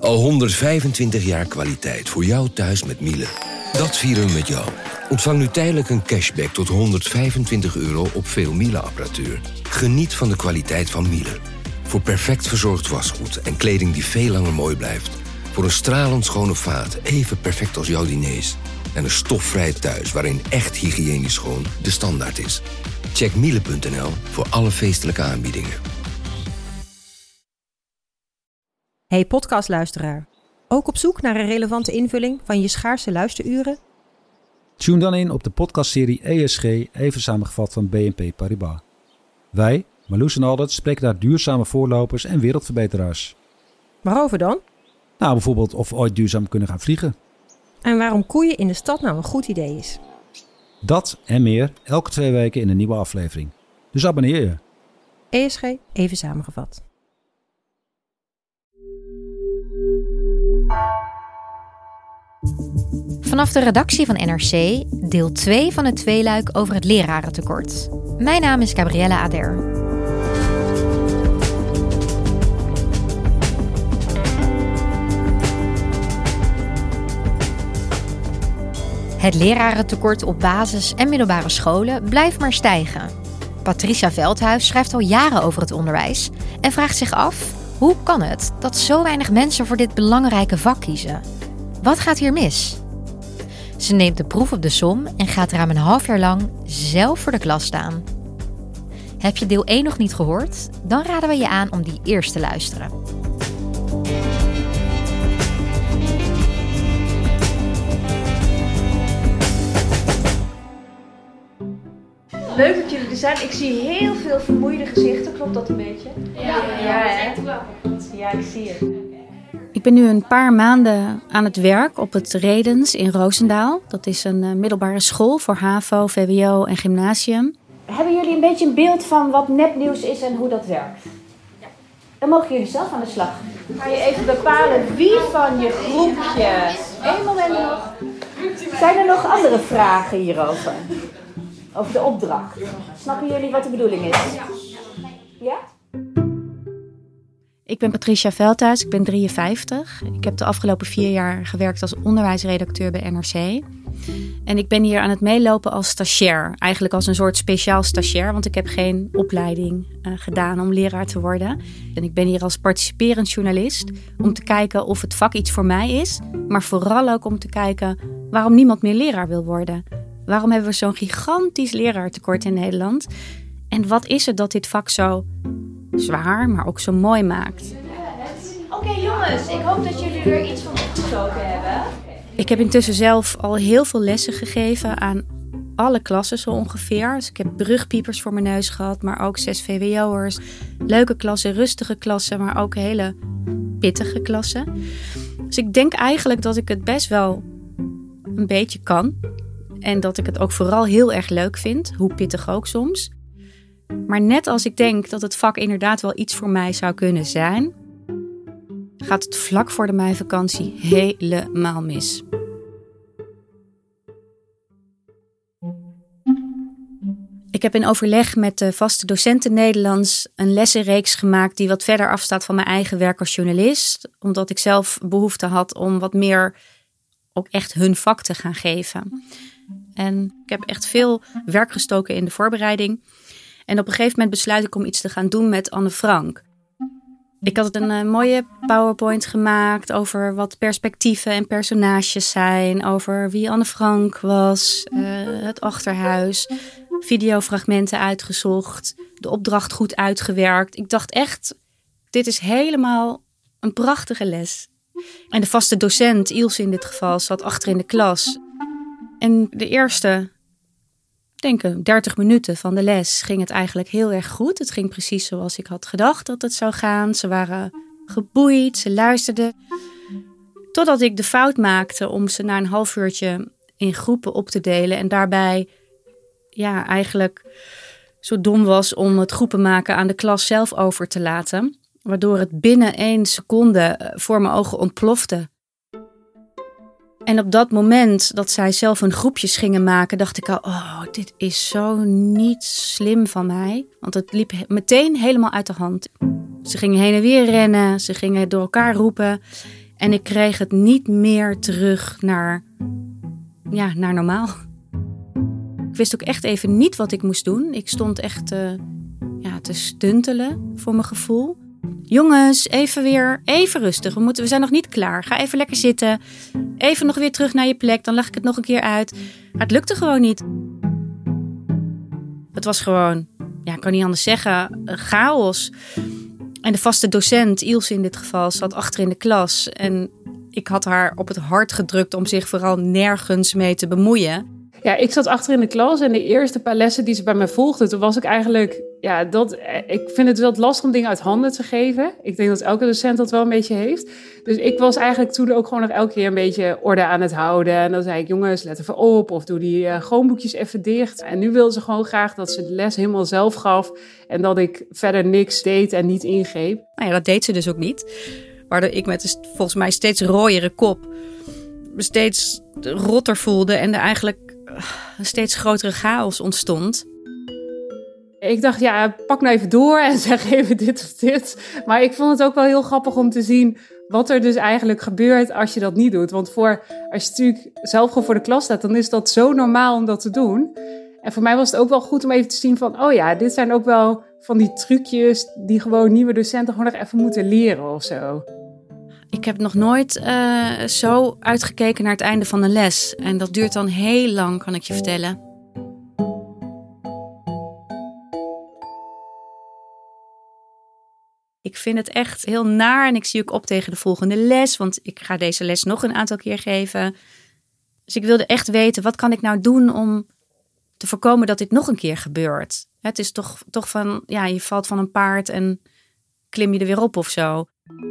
Al 125 jaar kwaliteit voor jou thuis met Miele. Dat vieren we met jou. Ontvang nu tijdelijk een cashback tot €125 op veel Miele-apparatuur. Geniet van de kwaliteit van Miele. Voor perfect verzorgd wasgoed en kleding die veel langer mooi blijft. Voor een stralend schone vaat, even perfect als jouw diners. En een stofvrij thuis waarin echt hygiënisch schoon de standaard is. Check miele.nl voor alle feestelijke aanbiedingen. Hey podcastluisteraar. Ook op zoek naar een relevante invulling van je schaarse luisteruren? Tune dan in op de podcastserie ESG, even samengevat van BNP Paribas. Wij, Marloes en Aldert, spreken daar duurzame voorlopers en wereldverbeteraars. Waarover dan? Nou, bijvoorbeeld of we ooit duurzaam kunnen gaan vliegen. En waarom koeien in de stad nou een goed idee is? Dat en meer elke 2 weken in een nieuwe aflevering. Dus abonneer je. ESG, even samengevat. Vanaf de redactie van NRC, deel 2 van het tweeluik over het lerarentekort. Mijn naam is Gabrielle Ader. Het lerarentekort op basis- en middelbare scholen blijft maar stijgen. Patricia Veldhuis schrijft al jaren over het onderwijs en vraagt zich af: hoe kan het dat zo weinig mensen voor dit belangrijke vak kiezen? Wat gaat hier mis? Ze neemt de proef op de som en gaat ruim een half jaar lang zelf voor de klas staan. Heb je deel 1 nog niet gehoord? Dan raden we je aan om die eerst te luisteren. Leuk dat jullie er zijn. Ik zie heel veel vermoeide gezichten. Klopt dat een beetje? Ja, ik zie het. Ik ben nu een paar maanden aan het werk op het Redens in Roosendaal. Dat is een middelbare school voor HAVO, VWO en gymnasium. Hebben jullie een beetje een beeld van wat nepnieuws is en hoe dat werkt? Ja. Dan mogen jullie zelf aan de slag. Ga je even bepalen wie van je groepje... Eén moment nog. Zijn er nog andere vragen hierover? Over de opdracht. Snappen jullie wat de bedoeling is? Ja? Ik ben Patricia Veldhuis, ik ben 53. Ik heb de afgelopen 4 jaar gewerkt als onderwijsredacteur bij NRC. En ik ben hier aan het meelopen als stagiair. Eigenlijk als een soort speciaal stagiair, want ik heb geen opleiding gedaan om leraar te worden. En ik ben hier als participerend journalist om te kijken of het vak iets voor mij is. Maar vooral ook om te kijken waarom niemand meer leraar wil worden. Waarom hebben we zo'n gigantisch leraartekort in Nederland? En wat is het dat dit vak zo zwaar, maar ook zo mooi maakt? Oké, jongens, ik hoop dat jullie er iets van opgestoken hebben. Ik heb intussen zelf al heel veel lessen gegeven aan alle klassen zo ongeveer. Dus ik heb brugpiepers voor mijn neus gehad, maar ook 6 VWO'ers. Leuke klassen, rustige klassen, maar ook hele pittige klassen. Dus ik denk eigenlijk dat ik het best wel een beetje kan. En dat ik het ook vooral heel erg leuk vind, hoe pittig ook soms. Maar net als ik denk dat het vak inderdaad wel iets voor mij zou kunnen zijn, gaat het vlak voor de meivakantie helemaal mis. Ik heb in overleg met de vaste docenten Nederlands een lessenreeks gemaakt die wat verder afstaat van mijn eigen werk als journalist. Omdat ik zelf behoefte had om wat meer ook echt hun vak te gaan geven. En ik heb echt veel werk gestoken in de voorbereiding. En op een gegeven moment besluit ik om iets te gaan doen met Anne Frank. Ik had een mooie PowerPoint gemaakt over wat perspectieven en personages zijn. Over wie Anne Frank was, het achterhuis, videofragmenten uitgezocht, de opdracht goed uitgewerkt. Ik dacht echt, dit is helemaal een prachtige les. En de vaste docent, Ilse in dit geval, zat achter in de klas. En de eerste, denk ik, 30 minuten van de les ging het eigenlijk heel erg goed. Het ging precies zoals ik had gedacht dat het zou gaan. Ze waren geboeid, ze luisterden. Totdat ik de fout maakte om ze na een half uurtje in groepen op te delen. En daarbij eigenlijk zo dom was om het groepen maken aan de klas zelf over te laten. Waardoor het binnen 1 seconde voor mijn ogen ontplofte. En op dat moment dat zij zelf hun groepjes gingen maken, dacht ik al, dit is zo niet slim van mij. Want het liep meteen helemaal uit de hand. Ze gingen heen en weer rennen, ze gingen door elkaar roepen. En ik kreeg het niet meer terug naar normaal. Ik wist ook echt even niet wat ik moest doen. Ik stond echt te stuntelen voor mijn gevoel. Jongens, even rustig. We zijn nog niet klaar. Ga even lekker zitten. Even nog weer terug naar je plek. Dan leg ik het nog een keer uit. Maar het lukte gewoon niet. Het was gewoon, ik kan niet anders zeggen, chaos. En de vaste docent, Ilse in dit geval, zat achter in de klas. En ik had haar op het hart gedrukt om zich vooral nergens mee te bemoeien. Ja, ik zat achter in de klas en de eerste paar lessen die ze bij mij volgde, toen was ik eigenlijk, ik vind het wel lastig om dingen uit handen te geven. Ik denk dat elke docent dat wel een beetje heeft. Dus ik was eigenlijk toen ook gewoon nog elke keer een beetje orde aan het houden. En dan zei ik, jongens, let even op of doe die schoonboekjes even dicht. En nu wilde ze gewoon graag dat ze de les helemaal zelf gaf en dat ik verder niks deed en niet ingreep. Nou ja, dat deed ze dus ook niet. Waardoor ik met volgens mij steeds rooiere kop me steeds rotter voelde en er eigenlijk een steeds grotere chaos ontstond. Ik dacht, pak nou even door en zeg even dit of dit. Maar ik vond het ook wel heel grappig om te zien wat er dus eigenlijk gebeurt als je dat niet doet. Want als je natuurlijk zelf gewoon voor de klas staat, dan is dat zo normaal om dat te doen. En voor mij was het ook wel goed om even te zien van, dit zijn ook wel van die trucjes die gewoon nieuwe docenten gewoon nog even moeten leren of zo. Ik heb nog nooit zo uitgekeken naar het einde van een les. En dat duurt dan heel lang, kan ik je vertellen. Ik vind het echt heel naar en ik zie ook op tegen de volgende les. Want ik ga deze les nog een aantal keer geven. Dus ik wilde echt weten, wat kan ik nou doen om te voorkomen dat dit nog een keer gebeurt? Het is toch van, je valt van een paard en klim je er weer op of zo.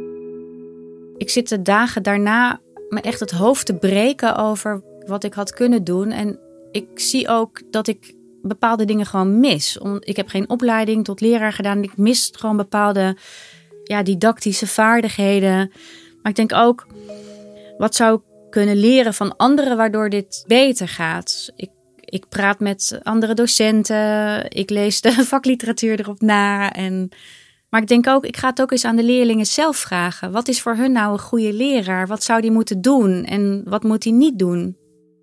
Ik zit de dagen daarna me echt het hoofd te breken over wat ik had kunnen doen. En ik zie ook dat ik bepaalde dingen gewoon mis. Ik heb geen opleiding tot leraar gedaan. Ik mis gewoon bepaalde didactische vaardigheden. Maar ik denk ook, wat zou ik kunnen leren van anderen waardoor dit beter gaat? Ik praat met andere docenten. Ik lees de vakliteratuur erop na. Maar ik denk ook, ik ga het ook eens aan de leerlingen zelf vragen. Wat is voor hun nou een goede leraar? Wat zou die moeten doen? En wat moet hij niet doen?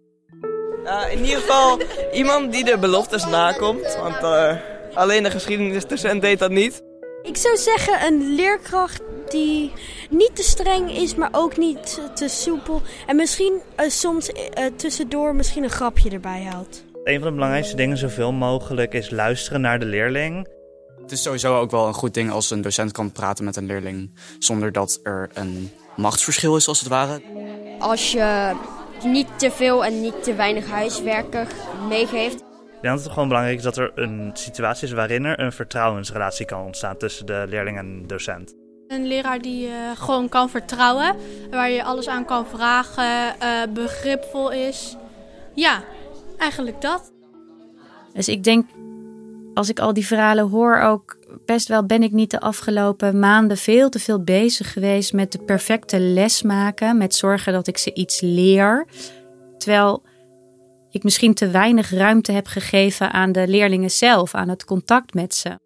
In ieder geval iemand die de beloftes nakomt. Want alleen de geschiedenisdocent deed dat niet. Ik zou zeggen een leerkracht die niet te streng is, maar ook niet te soepel. En misschien soms tussendoor misschien een grapje erbij houdt. Een van de belangrijkste dingen zoveel mogelijk is luisteren naar de leerling. Het is sowieso ook wel een goed ding als een docent kan praten met een leerling zonder dat er een machtsverschil is, als het ware. Als je niet te veel en niet te weinig huiswerk meegeeft. Ik denk dat het gewoon belangrijk is dat er een situatie is waarin er een vertrouwensrelatie kan ontstaan tussen de leerling en de docent. Een leraar die gewoon kan vertrouwen, waar je alles aan kan vragen, begripvol is. Ja, eigenlijk dat. Dus ik denk, als ik al die verhalen hoor, ook best wel ben ik niet de afgelopen maanden veel te veel bezig geweest met de perfecte les maken. Met zorgen dat ik ze iets leer. Terwijl ik misschien te weinig ruimte heb gegeven aan de leerlingen zelf, aan het contact met ze.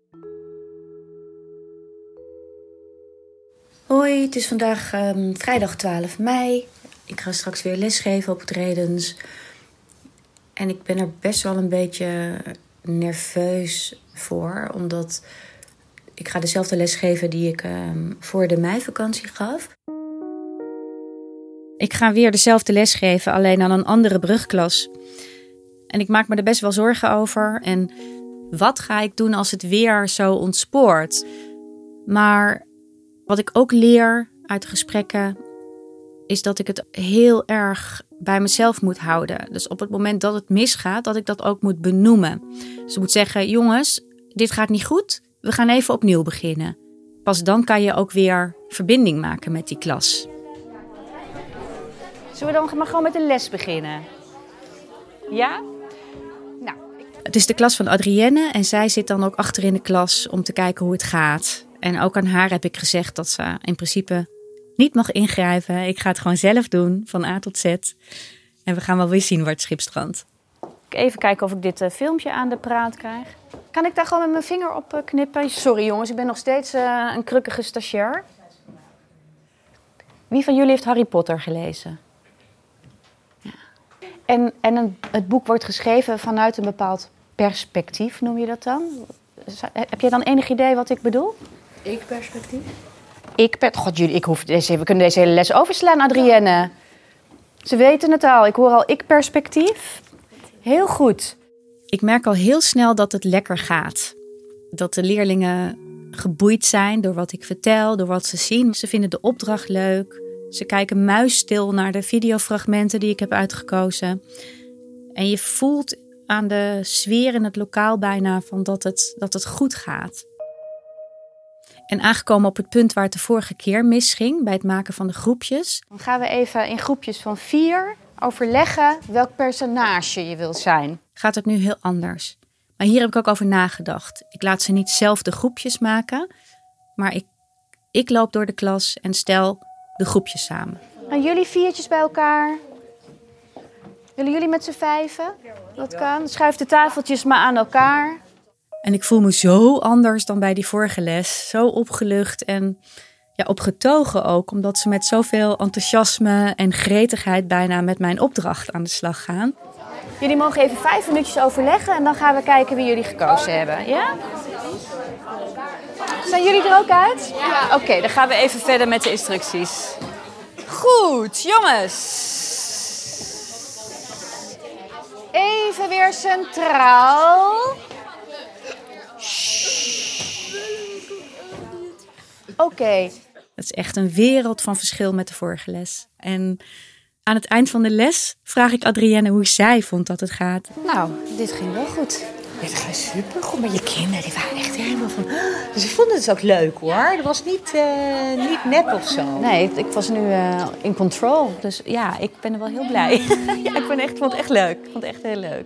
Hoi, het is vandaag vrijdag 12 mei. Ik ga straks weer lesgeven op het Redens. En ik ben er best wel een beetje nerveus voor, omdat ik ga dezelfde les geven die ik voor de meivakantie gaf. Ik ga weer dezelfde les geven, alleen aan een andere brugklas. En ik maak me er best wel zorgen over. En wat ga ik doen als het weer zo ontspoort? Maar wat ik ook leer uit de gesprekken is dat ik het heel erg bij mezelf moet houden. Dus op het moment dat het misgaat, dat ik dat ook moet benoemen. Dus ik moet zeggen, jongens, dit gaat niet goed. We gaan even opnieuw beginnen. Pas dan kan je ook weer verbinding maken met die klas. Zullen we dan maar gewoon met de les beginnen? Ja? Nou. Het is de klas van Adrienne en zij zit dan ook achter in de klas om te kijken hoe het gaat. En ook aan haar heb ik gezegd dat ze in principe niet mag ingrijpen. Ik ga het gewoon zelf doen, van A tot Z. En we gaan wel weer zien waar het schip strandt. Even kijken of ik dit filmpje aan de praat krijg. Kan ik daar gewoon met mijn vinger op knippen? Sorry jongens, ik ben nog steeds een krukkige stagiair. Wie van jullie heeft Harry Potter gelezen? Ja. En het boek wordt geschreven vanuit een bepaald perspectief, noem je dat dan? Heb jij dan enig idee wat ik bedoel? Ik-perspectief? God, jullie, we kunnen deze hele les overslaan, Adrienne. Ze weten het al. Ik hoor al ik-perspectief. Heel goed. Ik merk al heel snel dat het lekker gaat. Dat de leerlingen geboeid zijn door wat ik vertel, door wat ze zien. Ze vinden de opdracht leuk. Ze kijken muisstil naar de videofragmenten die ik heb uitgekozen. En je voelt aan de sfeer in het lokaal bijna van dat het goed gaat. En aangekomen op het punt waar het de vorige keer misging, bij het maken van de groepjes. Dan gaan we even in groepjes van 4 overleggen welk personage je wil zijn. Gaat het nu heel anders. Maar hier heb ik ook over nagedacht. Ik laat ze niet zelf de groepjes maken, maar ik loop door de klas en stel de groepjes samen. En jullie 4'tjes bij elkaar? Willen jullie met z'n 5'en? Dat kan. Schuif de tafeltjes maar aan elkaar. En ik voel me zo anders dan bij die vorige les. Zo opgelucht en opgetogen ook. Omdat ze met zoveel enthousiasme en gretigheid bijna met mijn opdracht aan de slag gaan. Jullie mogen even 5 minuutjes overleggen en dan gaan we kijken wie jullie gekozen hebben. Ja? Zijn jullie er ook uit? Ja. Oké, dan gaan we even verder met de instructies. Goed, jongens. Even weer centraal. Oké. Het is echt een wereld van verschil met de vorige les. En aan het eind van de les vraag ik Adrienne hoe zij vond dat het gaat. Nou, dit ging wel goed. Dit ging supergoed, maar je kinderen die waren echt helemaal van... Dus ik vond het ook leuk hoor. Het was niet nep of zo. Nee, ik was nu in control. Dus ja, ik ben er wel heel blij. Ja, ik vond het echt leuk. Ik vond het echt heel leuk.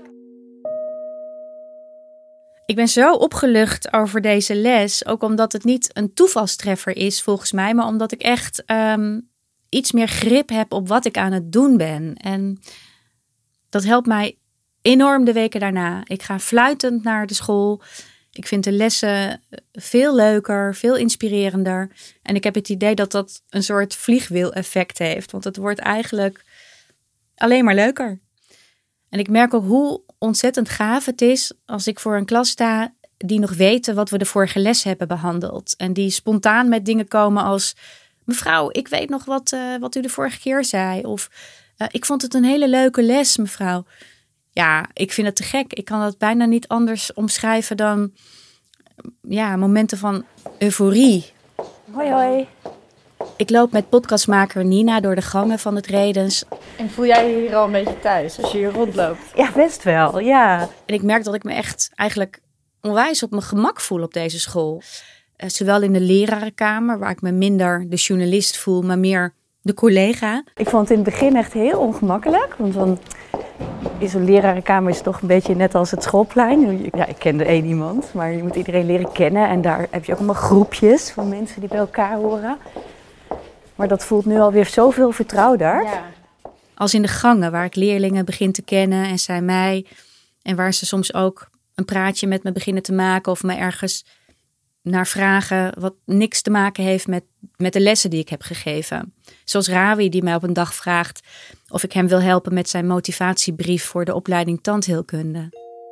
Ik ben zo opgelucht over deze les. Ook omdat het niet een toevalstreffer is volgens mij. Maar omdat ik echt iets meer grip heb op wat ik aan het doen ben. En dat helpt mij enorm de weken daarna. Ik ga fluitend naar de school. Ik vind de lessen veel leuker, veel inspirerender. En ik heb het idee dat dat een soort vliegwiel-effect heeft. Want het wordt eigenlijk alleen maar leuker. En ik merk ook hoe ontzettend gaaf het is als ik voor een klas sta die nog weten wat we de vorige les hebben behandeld. En die spontaan met dingen komen als... Mevrouw, ik weet nog wat u de vorige keer zei. Of ik vond het een hele leuke les, mevrouw. Ja, ik vind het te gek. Ik kan dat bijna niet anders omschrijven dan momenten van euforie. Hoi, hoi. Ik loop met podcastmaker Nina door de gangen van het Redens. En voel jij je hier al een beetje thuis als je hier rondloopt? Ja, best wel, ja. En ik merk dat ik me echt eigenlijk onwijs op mijn gemak voel op deze school. Zowel in de lerarenkamer, waar ik me minder de journalist voel, maar meer de collega. Ik vond het in het begin echt heel ongemakkelijk. Want dan in zo'n lerarenkamer is het toch een beetje net als het schoolplein. Ja, ik kende 1 iemand, maar je moet iedereen leren kennen. En daar heb je ook allemaal groepjes van mensen die bij elkaar horen. Maar dat voelt nu alweer zoveel vertrouwder. Ja. Als in de gangen, waar ik leerlingen begin te kennen en zij mij. En waar ze soms ook een praatje met me beginnen te maken of me ergens naar vragen wat niks te maken heeft met de lessen die ik heb gegeven. Zoals Rawi die mij op een dag vraagt of ik hem wil helpen met zijn motivatiebrief voor de opleiding tandheelkunde.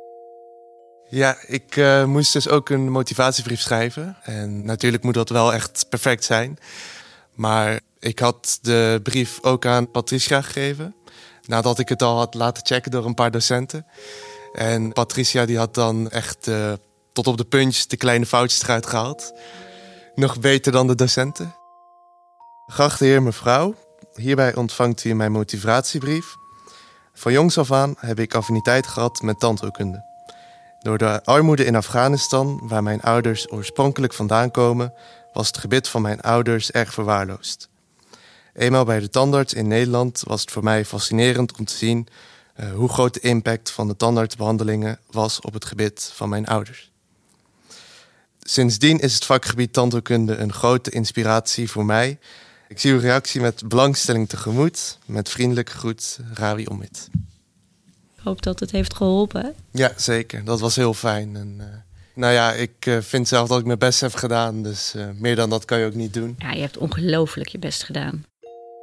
Ja, ik moest dus ook een motivatiebrief schrijven. En natuurlijk moet dat wel echt perfect zijn. Maar ik had de brief ook aan Patricia gegeven. Nadat ik het al had laten checken door een paar docenten. En Patricia die had dan echt tot op de puntjes de kleine foutjes eruit gehaald. Nog beter dan de docenten. Geachte heer, mevrouw, hierbij ontvangt u mijn motivatiebrief. Van jongs af aan heb ik affiniteit gehad met tandheelkunde. Door de armoede in Afghanistan, waar mijn ouders oorspronkelijk vandaan komen, was het gebit van mijn ouders erg verwaarloosd. Eenmaal bij de tandarts in Nederland was het voor mij fascinerend om te zien hoe groot de impact van de tandartsbehandelingen was op het gebit van mijn ouders. Sindsdien is het vakgebied tandheelkunde een grote inspiratie voor mij. Ik zie uw reactie met belangstelling tegemoet. Met vriendelijke groet, Rawi Omid. Ik hoop dat het heeft geholpen. Ja, zeker. Dat was heel fijn. En, ik vind zelf dat ik mijn best heb gedaan. Dus meer dan dat kan je ook niet doen. Ja, je hebt ongelooflijk je best gedaan.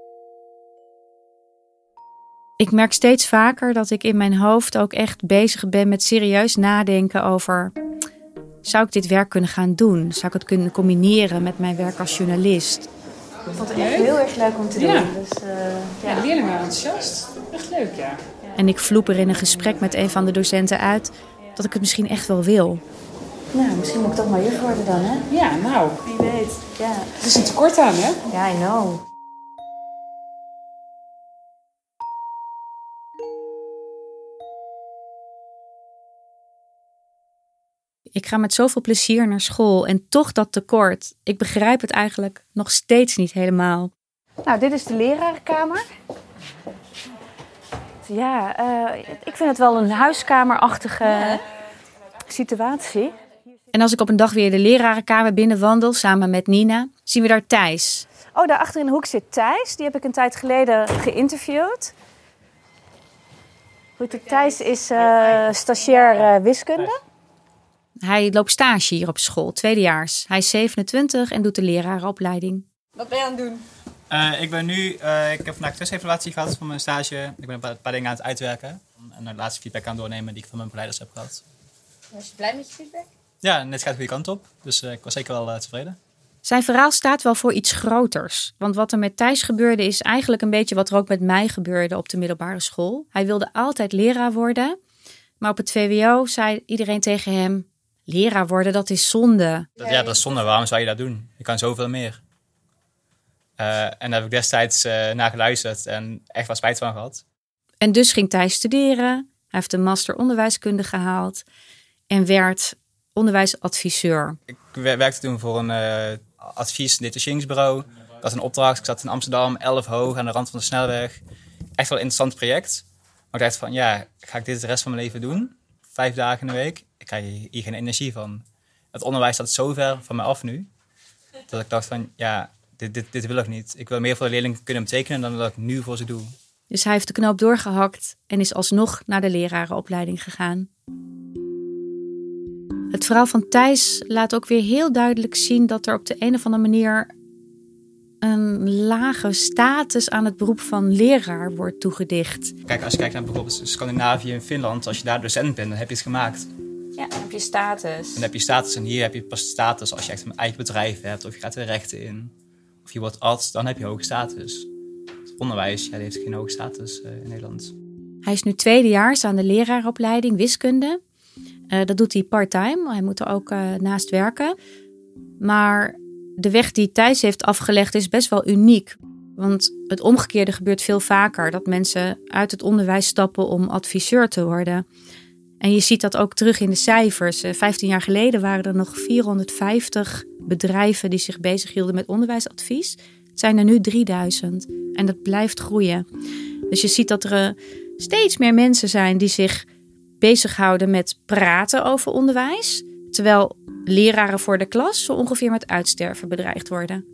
Ik merk steeds vaker dat ik in mijn hoofd ook echt bezig ben met serieus nadenken over... zou ik dit werk kunnen gaan doen? Zou ik het kunnen combineren met mijn werk als journalist? Ik vond het echt heel erg leuk om te doen. Ja. Dus, Ja, de leerlingen waren enthousiast. Echt leuk, ja. En ik vloep er in een gesprek met een van de docenten uit dat ik het misschien echt wel wil. Nou, misschien moet ik toch maar juf worden dan, hè? Ja, nou. Wie weet, ja. Er is een tekort aan, hè? Ja, I know. Ik ga met zoveel plezier naar school en toch dat tekort. Ik begrijp het eigenlijk nog steeds niet helemaal. Nou, dit is de lerarenkamer. Ja, ik vind het wel een huiskamerachtige situatie. En als ik op een dag weer de lerarenkamer binnenwandel samen met Nina, zien we daar Thijs. Oh, daar achter in de hoek zit Thijs. Die heb ik een tijd geleden geïnterviewd. Goed, Thijs is stagiair wiskunde. Hij loopt stage hier op school, tweedejaars. Hij is 27 en doet de lerarenopleiding. Wat ben je aan het doen? Ik heb vandaag testevaluatie gehad van mijn stage. Ik ben een paar dingen aan het uitwerken. En de laatste feedback aan het doornemen die ik van mijn begeleiders heb gehad. Was je blij met je feedback? Ja, en dit gaat de goede kant op. Dus ik was zeker wel tevreden. Zijn verhaal staat wel voor iets groters. Want wat er met Thijs gebeurde is eigenlijk een beetje wat er ook met mij gebeurde op de middelbare school. Hij wilde altijd leraar worden. Maar op het VWO zei iedereen tegen hem... leraar worden, dat is zonde. Ja, dat is zonde. Waarom zou je dat doen? Je kan zoveel meer. En daar heb ik destijds naar geluisterd en echt wel spijt van gehad. En dus ging Thijs studeren. Hij heeft een master onderwijskunde gehaald. En werd onderwijsadviseur. Ik werkte toen voor een advies- en detacheringsbureau. Dat was een opdracht. Ik zat in Amsterdam, 11 hoog, aan de rand van de snelweg. Echt wel een interessant project. Maar ik dacht van, ja, ga ik dit de rest van mijn leven doen? 5 dagen in de week? Ik krijg hier geen energie van. Het onderwijs staat zo ver van mij af nu. Dat ik dacht van, ja, dit wil ik niet. Ik wil meer voor de leerlingen kunnen betekenen dan dat ik nu voor ze doe. Dus hij heeft de knoop doorgehakt en is alsnog naar de lerarenopleiding gegaan. Het verhaal van Thijs laat ook weer heel duidelijk zien dat er op de een of andere manier een lage status aan het beroep van leraar wordt toegedicht. Kijk, als je kijkt naar bijvoorbeeld Scandinavië en Finland, als je daar docent bent, dan heb je het gemaakt. Ja, dan heb je status. Dan heb je status en hier heb je pas status als je echt een eigen bedrijf hebt of je gaat de rechten in. Of je wordt arts, dan heb je hoge status. Het onderwijs, ja, heeft geen hoge status in Nederland. Hij is nu tweedejaars aan de leraaropleiding wiskunde. Dat doet hij part-time, hij moet er ook naast werken. Maar de weg die Thijs heeft afgelegd is best wel uniek. Want het omgekeerde gebeurt veel vaker. Dat mensen uit het onderwijs stappen om adviseur te worden. En je ziet dat ook terug in de cijfers. 15 jaar geleden waren er nog 450 bedrijven die zich bezighielden met onderwijsadvies. Het zijn er nu 3000 en dat blijft groeien. Dus je ziet dat er steeds meer mensen zijn die zich bezighouden met praten over onderwijs. Terwijl leraren voor de klas zo ongeveer met uitsterven bedreigd worden.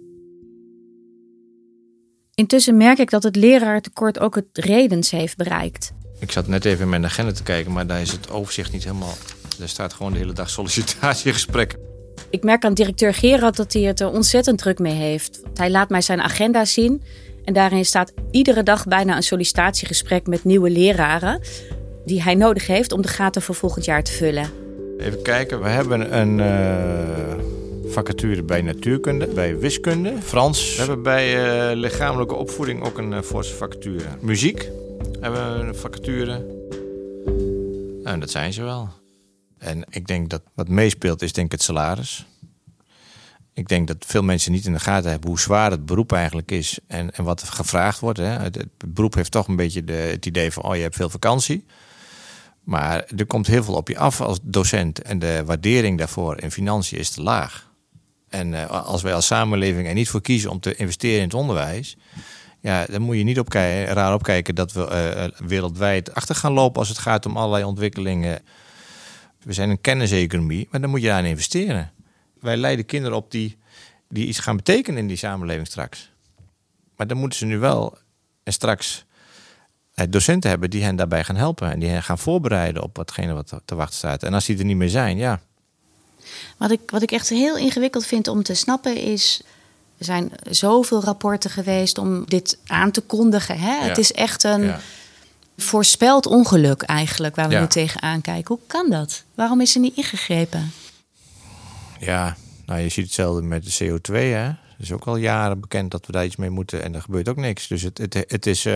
Intussen merk ik dat het lerarentekort ook het redens heeft bereikt. Ik zat net even in mijn agenda te kijken, maar daar is het overzicht niet helemaal. Er staat gewoon de hele dag sollicitatiegesprekken. Ik merk aan directeur Gerard dat hij het er ontzettend druk mee heeft. Hij laat mij zijn agenda zien. En daarin staat iedere dag bijna een sollicitatiegesprek met nieuwe leraren die hij nodig heeft om de gaten voor volgend jaar te vullen. Even kijken, we hebben een vacature bij natuurkunde, bij wiskunde, Frans. We hebben bij lichamelijke opvoeding ook een forse vacature. Muziek hebben we een vacature. Nou, dat zijn ze wel. En ik denk dat wat meespeelt is denk ik het salaris. Ik denk dat veel mensen niet in de gaten hebben hoe zwaar het beroep eigenlijk is. En wat er gevraagd wordt. Hè. Het beroep heeft toch een beetje het idee van, je hebt veel vakantie. Maar er komt heel veel op je af als docent. En de waardering daarvoor in financiën is te laag. En als wij als samenleving er niet voor kiezen om te investeren in het onderwijs, ja, dan moet je niet raar opkijken dat we wereldwijd achter gaan lopen als het gaat om allerlei ontwikkelingen. We zijn een kenniseconomie, maar dan moet je daarin investeren. Wij leiden kinderen op die iets gaan betekenen in die samenleving straks. Maar dan moeten ze nu wel en straks docenten hebben die hen daarbij gaan helpen. En die hen gaan voorbereiden op watgene wat te wachten staat. En als die er niet meer zijn, ja. Wat ik echt heel ingewikkeld vind om te snappen is, er zijn zoveel rapporten geweest om dit aan te kondigen. Hè? Ja. Het is echt voorspeld ongeluk eigenlijk, waar we nu tegenaan kijken. Hoe kan dat? Waarom is er niet ingegrepen? Ja, nou je ziet hetzelfde met de CO2, hè. Het is ook al jaren bekend dat we daar iets mee moeten en er gebeurt ook niks. Dus het is,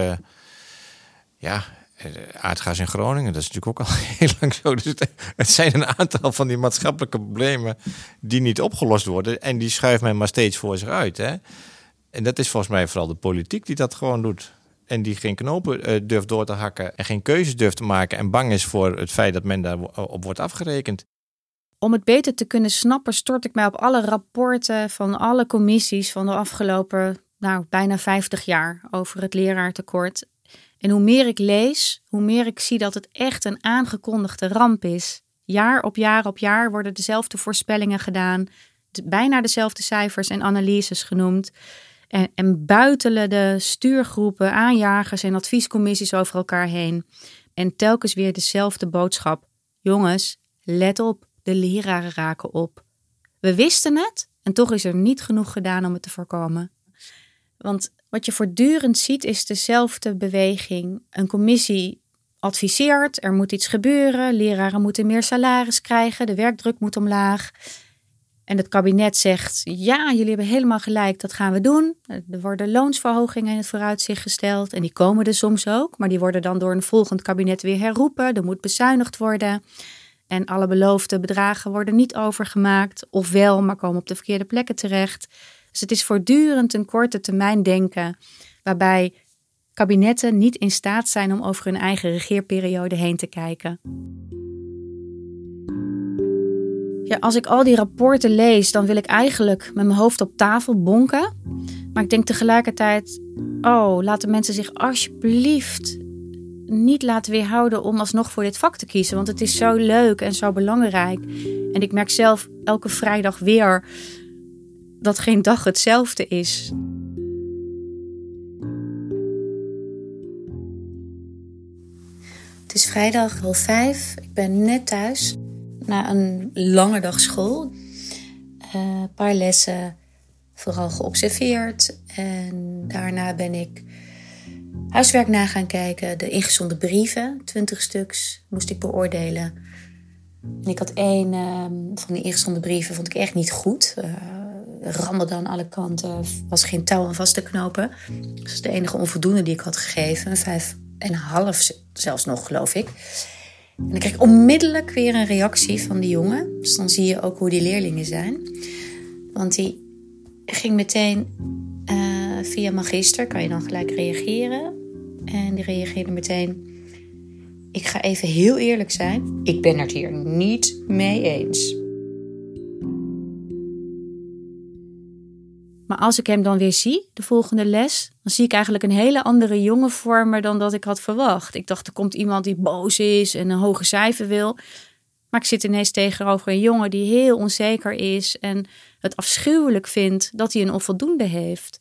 aardgas in Groningen, dat is natuurlijk ook al heel lang zo. Dus het zijn een aantal van die maatschappelijke problemen die niet opgelost worden. En die schuift men maar steeds voor zich uit, hè. En dat is volgens mij vooral de politiek die dat gewoon doet. En die geen knopen durft door te hakken en geen keuzes durft te maken en bang is voor het feit dat men daarop wordt afgerekend. Om het beter te kunnen snappen stort ik mij op alle rapporten van alle commissies van de afgelopen bijna 50 jaar over het leraartekort. En hoe meer ik lees, hoe meer ik zie dat het echt een aangekondigde ramp is. Jaar op jaar op jaar worden dezelfde voorspellingen gedaan, bijna dezelfde cijfers en analyses genoemd. En buitelen de stuurgroepen, aanjagers en adviescommissies over elkaar heen. En telkens weer dezelfde boodschap. Jongens, let op, de leraren raken op. We wisten het en toch is er niet genoeg gedaan om het te voorkomen. Want wat je voortdurend ziet is dezelfde beweging. Een commissie adviseert, er moet iets gebeuren, leraren moeten meer salaris krijgen, de werkdruk moet omlaag. En het kabinet zegt, ja, jullie hebben helemaal gelijk, dat gaan we doen. Er worden loonsverhogingen in het vooruitzicht gesteld. En die komen er soms ook, maar die worden dan door een volgend kabinet weer herroepen. Er moet bezuinigd worden. En alle beloofde bedragen worden niet overgemaakt. Of wel, maar komen op de verkeerde plekken terecht. Dus het is voortdurend een korte termijn denken, waarbij kabinetten niet in staat zijn om over hun eigen regeerperiode heen te kijken. Ja, als ik al die rapporten lees, dan wil ik eigenlijk met mijn hoofd op tafel bonken. Maar ik denk tegelijkertijd, laten mensen zich alsjeblieft niet laten weerhouden om alsnog voor dit vak te kiezen. Want het is zo leuk en zo belangrijk. En ik merk zelf elke vrijdag weer dat geen dag hetzelfde is. Het is vrijdag 4:30. Ik ben net thuis. Na een lange dag school. Een paar lessen vooral geobserveerd. En daarna ben ik huiswerk na gaan kijken. De ingezonden brieven, 20 stuks, moest ik beoordelen. En ik had 1 van die ingezonden brieven, vond ik echt niet goed. Rammelde aan alle kanten, was geen touw aan vast te knopen. Dat is de enige onvoldoende die ik had gegeven. Een 5,5 zelfs nog, geloof ik. En dan kreeg ik onmiddellijk weer een reactie van die jongen. Dus dan zie je ook hoe die leerlingen zijn. Want die ging meteen via Magister, kan je dan gelijk reageren. En die reageerde meteen: ik ga even heel eerlijk zijn, ik ben het hier niet mee eens. Maar als ik hem dan weer zie, de volgende les, dan zie ik eigenlijk een hele andere jongen voor me dan dat ik had verwacht. Ik dacht, er komt iemand die boos is en een hoger cijfer wil. Maar ik zit ineens tegenover een jongen die heel onzeker is en het afschuwelijk vindt dat hij een onvoldoende heeft.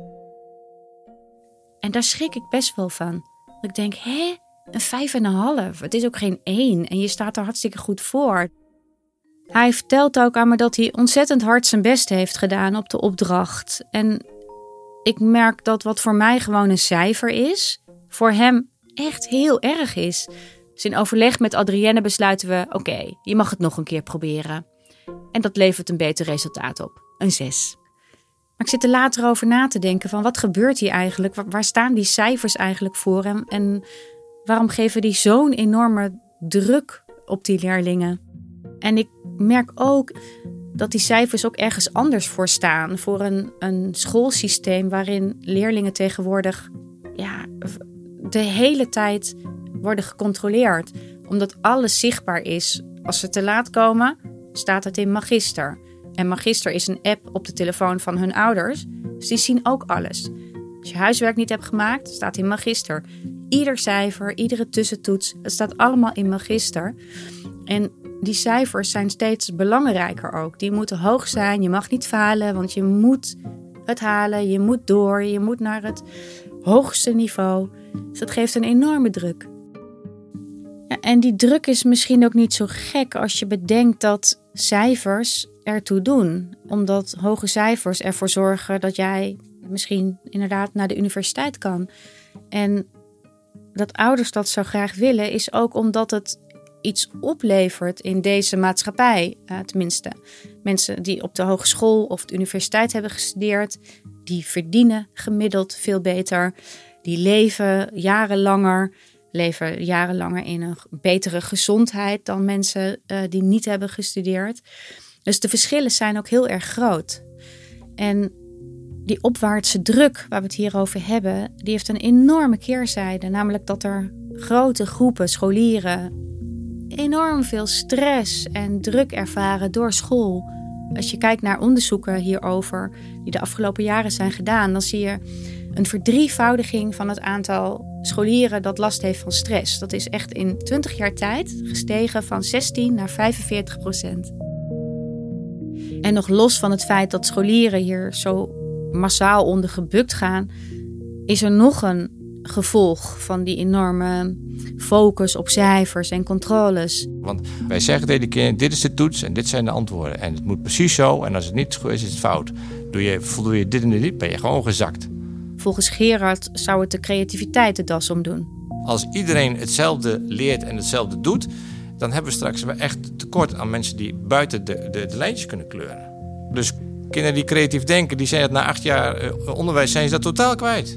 En daar schrik ik best wel van. Ik denk, een 5,5, het is ook geen 1 en je staat er hartstikke goed voor. Hij vertelt ook aan me dat hij ontzettend hard zijn best heeft gedaan op de opdracht. En ik merk dat wat voor mij gewoon een cijfer is, voor hem echt heel erg is. Dus in overleg met Adrienne besluiten we, oké, je mag het nog een keer proberen. En dat levert een beter resultaat op, een 6. Maar ik zit er later over na te denken van, wat gebeurt hier eigenlijk? Waar staan die cijfers eigenlijk voor? En waarom geven die zo'n enorme druk op die leerlingen? En ik merk ook dat die cijfers ook ergens anders voor staan. Voor een schoolsysteem waarin leerlingen tegenwoordig de hele tijd worden gecontroleerd. Omdat alles zichtbaar is. Als ze te laat komen, staat het in Magister. En Magister is een app op de telefoon van hun ouders. Dus die zien ook alles. Als je huiswerk niet hebt gemaakt, staat in Magister. Ieder cijfer, iedere tussentoets, het staat allemaal in Magister. En die cijfers zijn steeds belangrijker ook. Die moeten hoog zijn, je mag niet falen, want je moet het halen. Je moet door, je moet naar het hoogste niveau. Dus dat geeft een enorme druk. Ja, en die druk is misschien ook niet zo gek als je bedenkt dat cijfers ertoe doen. Omdat hoge cijfers ervoor zorgen dat jij misschien inderdaad naar de universiteit kan. En dat ouders dat zo graag willen, is ook omdat het iets oplevert in deze maatschappij. Tenminste, mensen die op de hogeschool of de universiteit hebben gestudeerd, die verdienen gemiddeld veel beter. Die leven jarenlanger in een betere gezondheid dan mensen die niet hebben gestudeerd. Dus de verschillen zijn ook heel erg groot. En die opwaartse druk waar we het hier over hebben, die heeft een enorme keerzijde. Namelijk dat er grote groepen scholieren enorm veel stress en druk ervaren door school. Als je kijkt naar onderzoeken hierover die de afgelopen jaren zijn gedaan, dan zie je een verdrievoudiging van het aantal scholieren dat last heeft van stress. Dat is echt in 20 jaar tijd gestegen van 16 naar 45%. En nog los van het feit dat scholieren hier zo massaal onder gebukt gaan, is er nog een gevolg van die enorme focus op cijfers en controles. Want wij zeggen tegen de kinderen, dit is de toets en dit zijn de antwoorden. En het moet precies zo en als het niet goed is, is het fout. Voldoe je dit en dit, ben je gewoon gezakt. Volgens Gerard zou het de creativiteit de das omdoen. Als iedereen hetzelfde leert en hetzelfde doet, dan hebben we straks echt tekort aan mensen die buiten de lijntjes kunnen kleuren. Dus kinderen die creatief denken, die zijn het na 8 jaar onderwijs, zijn ze dat totaal kwijt.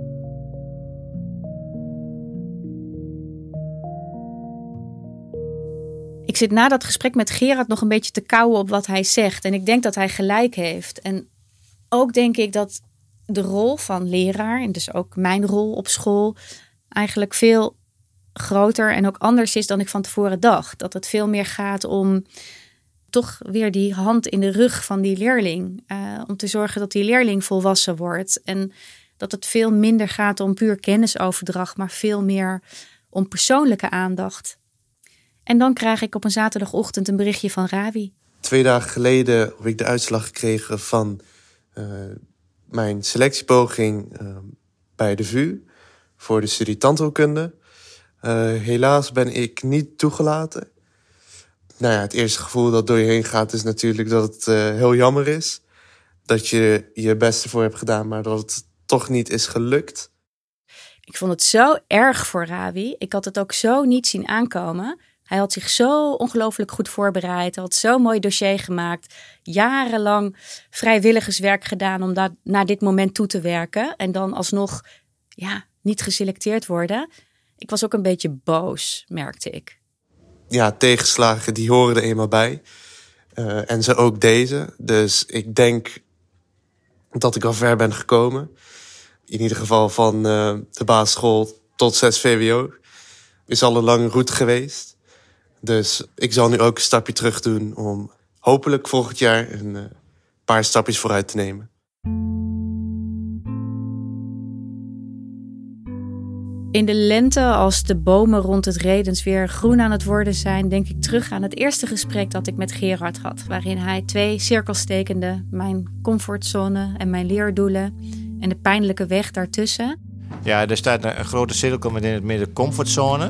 Ik zit na dat gesprek met Gerard nog een beetje te kauwen op wat hij zegt. En ik denk dat hij gelijk heeft. En ook denk ik dat de rol van leraar, en dus ook mijn rol op school, eigenlijk veel groter en ook anders is dan ik van tevoren dacht. Dat het veel meer gaat om toch weer die hand in de rug van die leerling. Om te zorgen dat die leerling volwassen wordt. En dat het veel minder gaat om puur kennisoverdracht, maar veel meer om persoonlijke aandacht. En dan krijg ik op een zaterdagochtend een berichtje van Ravi. 2 dagen geleden heb ik de uitslag gekregen van mijn selectiepoging bij de VU voor de studie tandheelkunde. Helaas ben ik niet toegelaten. Nou ja, het eerste gevoel dat door je heen gaat is natuurlijk dat het heel jammer is. Dat je je best ervoor hebt gedaan, maar dat het toch niet is gelukt. Ik vond het zo erg voor Ravi. Ik had het ook zo niet zien aankomen. Hij had zich zo ongelooflijk goed voorbereid. Hij had zo'n mooi dossier gemaakt. Jarenlang vrijwilligerswerk gedaan om naar dit moment toe te werken. En dan alsnog niet geselecteerd worden. Ik was ook een beetje boos, merkte ik. Ja, tegenslagen die horen er eenmaal bij. En zo ook deze. Dus ik denk dat ik al ver ben gekomen. In ieder geval van de basisschool tot 6 VWO. Is al een lange route geweest. Dus ik zal nu ook een stapje terug doen om hopelijk volgend jaar een paar stapjes vooruit te nemen. In de lente, als de bomen rond het Redens weer groen aan het worden zijn, denk ik terug aan het eerste gesprek dat ik met Gerard had. Waarin hij 2 cirkels tekende. Mijn comfortzone en mijn leerdoelen. En de pijnlijke weg daartussen. Ja, er staat een grote cirkel met in het midden comfortzone.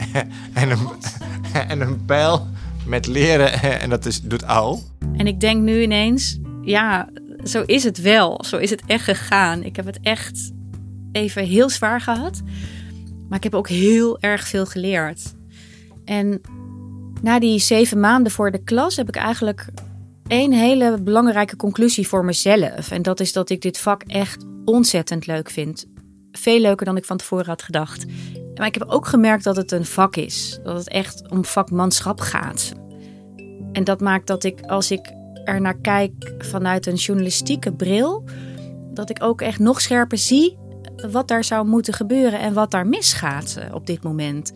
en een pijl met leren en dat doet au. En ik denk nu ineens, ja, zo is het wel. Zo is het echt gegaan. Ik heb het echt even heel zwaar gehad. Maar ik heb ook heel erg veel geleerd. En na die 7 maanden voor de klas heb ik eigenlijk 1 hele belangrijke conclusie voor mezelf. En dat is dat ik dit vak echt ontzettend leuk vind. Veel leuker dan ik van tevoren had gedacht. Maar ik heb ook gemerkt dat het een vak is. Dat het echt om vakmanschap gaat. En dat maakt dat ik, als ik er naar kijk vanuit een journalistieke bril, dat ik ook echt nog scherper zie wat daar zou moeten gebeuren en wat daar misgaat op dit moment.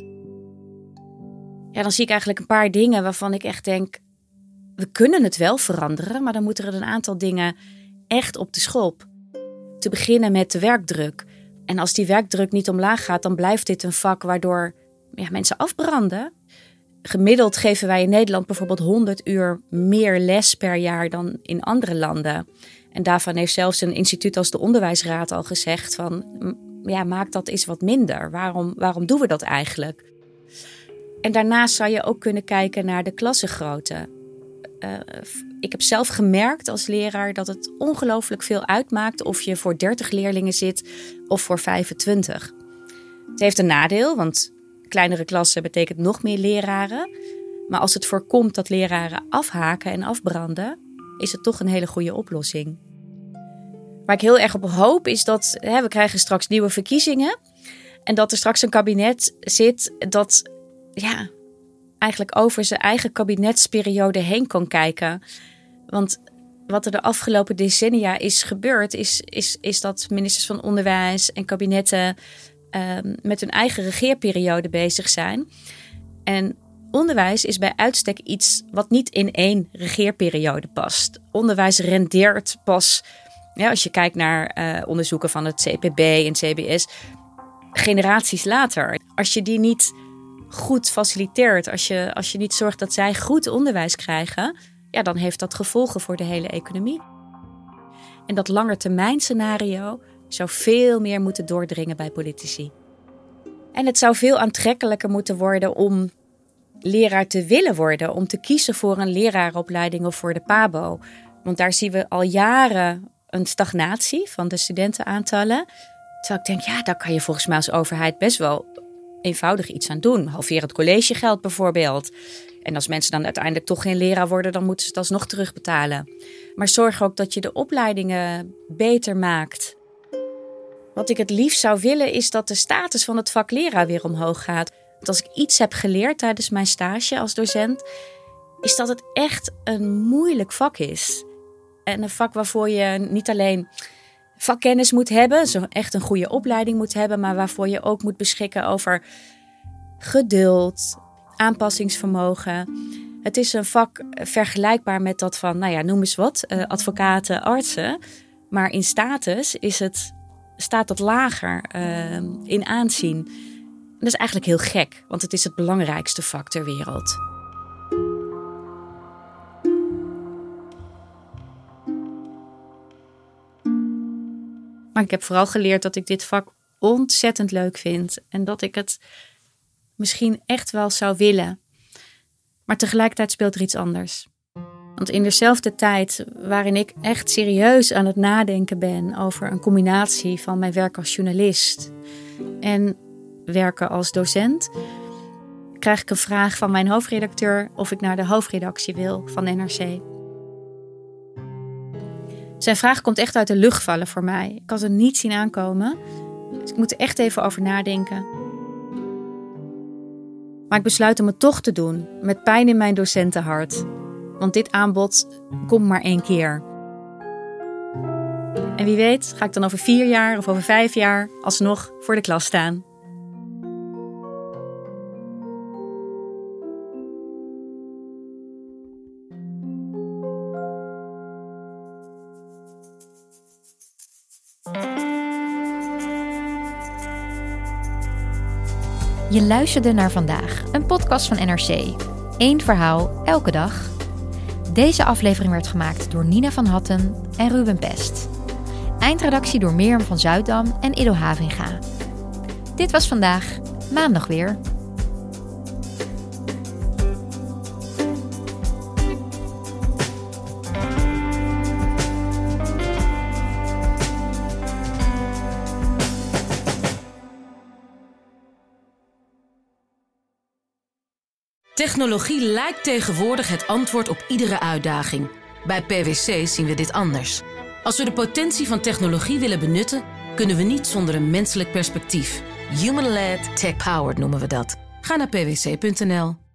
Ja, dan zie ik eigenlijk een paar dingen waarvan ik echt denk, we kunnen het wel veranderen, maar dan moeten er een aantal dingen echt op de schop. Te beginnen met de werkdruk. En als die werkdruk niet omlaag gaat, dan blijft dit een vak waardoor mensen afbranden. Gemiddeld geven wij in Nederland bijvoorbeeld 100 uur meer les per jaar dan in andere landen. En daarvan heeft zelfs een instituut als de Onderwijsraad al gezegd van, maak dat eens wat minder. Waarom doen we dat eigenlijk? En daarnaast zou je ook kunnen kijken naar de klassengrootte. Ik heb zelf gemerkt als leraar dat het ongelooflijk veel uitmaakt of je voor 30 leerlingen zit of voor 25. Het heeft een nadeel, want kleinere klassen betekent nog meer leraren. Maar als het voorkomt dat leraren afhaken en afbranden, is het toch een hele goede oplossing. Waar ik heel erg op hoop is dat we krijgen straks nieuwe verkiezingen. En dat er straks een kabinet zit dat eigenlijk over zijn eigen kabinetsperiode heen kan kijken. Want wat er de afgelopen decennia is gebeurd, is dat ministers van Onderwijs en kabinetten met hun eigen regeerperiode bezig zijn. En onderwijs is bij uitstek iets wat niet in één regeerperiode past. Onderwijs rendeert pas, als je kijkt naar onderzoeken van het CPB en CBS, generaties later. Als je die niet goed faciliteert, als je niet zorgt dat zij goed onderwijs krijgen, dan heeft dat gevolgen voor de hele economie. En dat langetermijnscenario zou veel meer moeten doordringen bij politici. En het zou veel aantrekkelijker moeten worden om leraar te willen worden, om te kiezen voor een leraaropleiding of voor de PABO. Want daar zien we al jaren een stagnatie van de studentenaantallen. Terwijl ik denk, daar kan je volgens mij als overheid best wel eenvoudig iets aan doen. Halveer het collegegeld bijvoorbeeld. En als mensen dan uiteindelijk toch geen leraar worden, dan moeten ze het alsnog terugbetalen. Maar zorg ook dat je de opleidingen beter maakt. Wat ik het liefst zou willen is dat de status van het vak leraar weer omhoog gaat. Want als ik iets heb geleerd tijdens mijn stage als docent, is dat het echt een moeilijk vak is. En een vak waarvoor je niet alleen vakkennis moet hebben, zo echt een goede opleiding moet hebben, maar waarvoor je ook moet beschikken over geduld, aanpassingsvermogen. Het is een vak vergelijkbaar met dat van, noem eens wat, advocaten, artsen. Maar in status staat dat lager in aanzien. En dat is eigenlijk heel gek, want het is het belangrijkste vak ter wereld. Maar ik heb vooral geleerd dat ik dit vak ontzettend leuk vind. En dat ik het misschien echt wel zou willen. Maar tegelijkertijd speelt er iets anders. Want in dezelfde tijd waarin ik echt serieus aan het nadenken ben over een combinatie van mijn werk als journalist en werken als docent, krijg ik een vraag van mijn hoofdredacteur of ik naar de hoofdredactie wil van NRC. Zijn vraag komt echt uit de lucht vallen voor mij. Ik had het niet zien aankomen. Dus ik moet er echt even over nadenken. Maar ik besluit om het toch te doen. Met pijn in mijn docentenhart. Want dit aanbod komt maar 1 keer. En wie weet ga ik dan over 4 jaar of over 5 jaar alsnog voor de klas staan. Je luisterde naar Vandaag, een podcast van NRC. 1 verhaal, elke dag. Deze aflevering werd gemaakt door Nina van Hatten en Ruben Pest. Eindredactie door Mirjam van Zuiddam en Ido Havinga. Dit was Vandaag, maandag weer. Technologie lijkt tegenwoordig het antwoord op iedere uitdaging. Bij PwC zien we dit anders. Als we de potentie van technologie willen benutten, kunnen we niet zonder een menselijk perspectief. Human-led, tech-powered noemen we dat. Ga naar pwc.nl.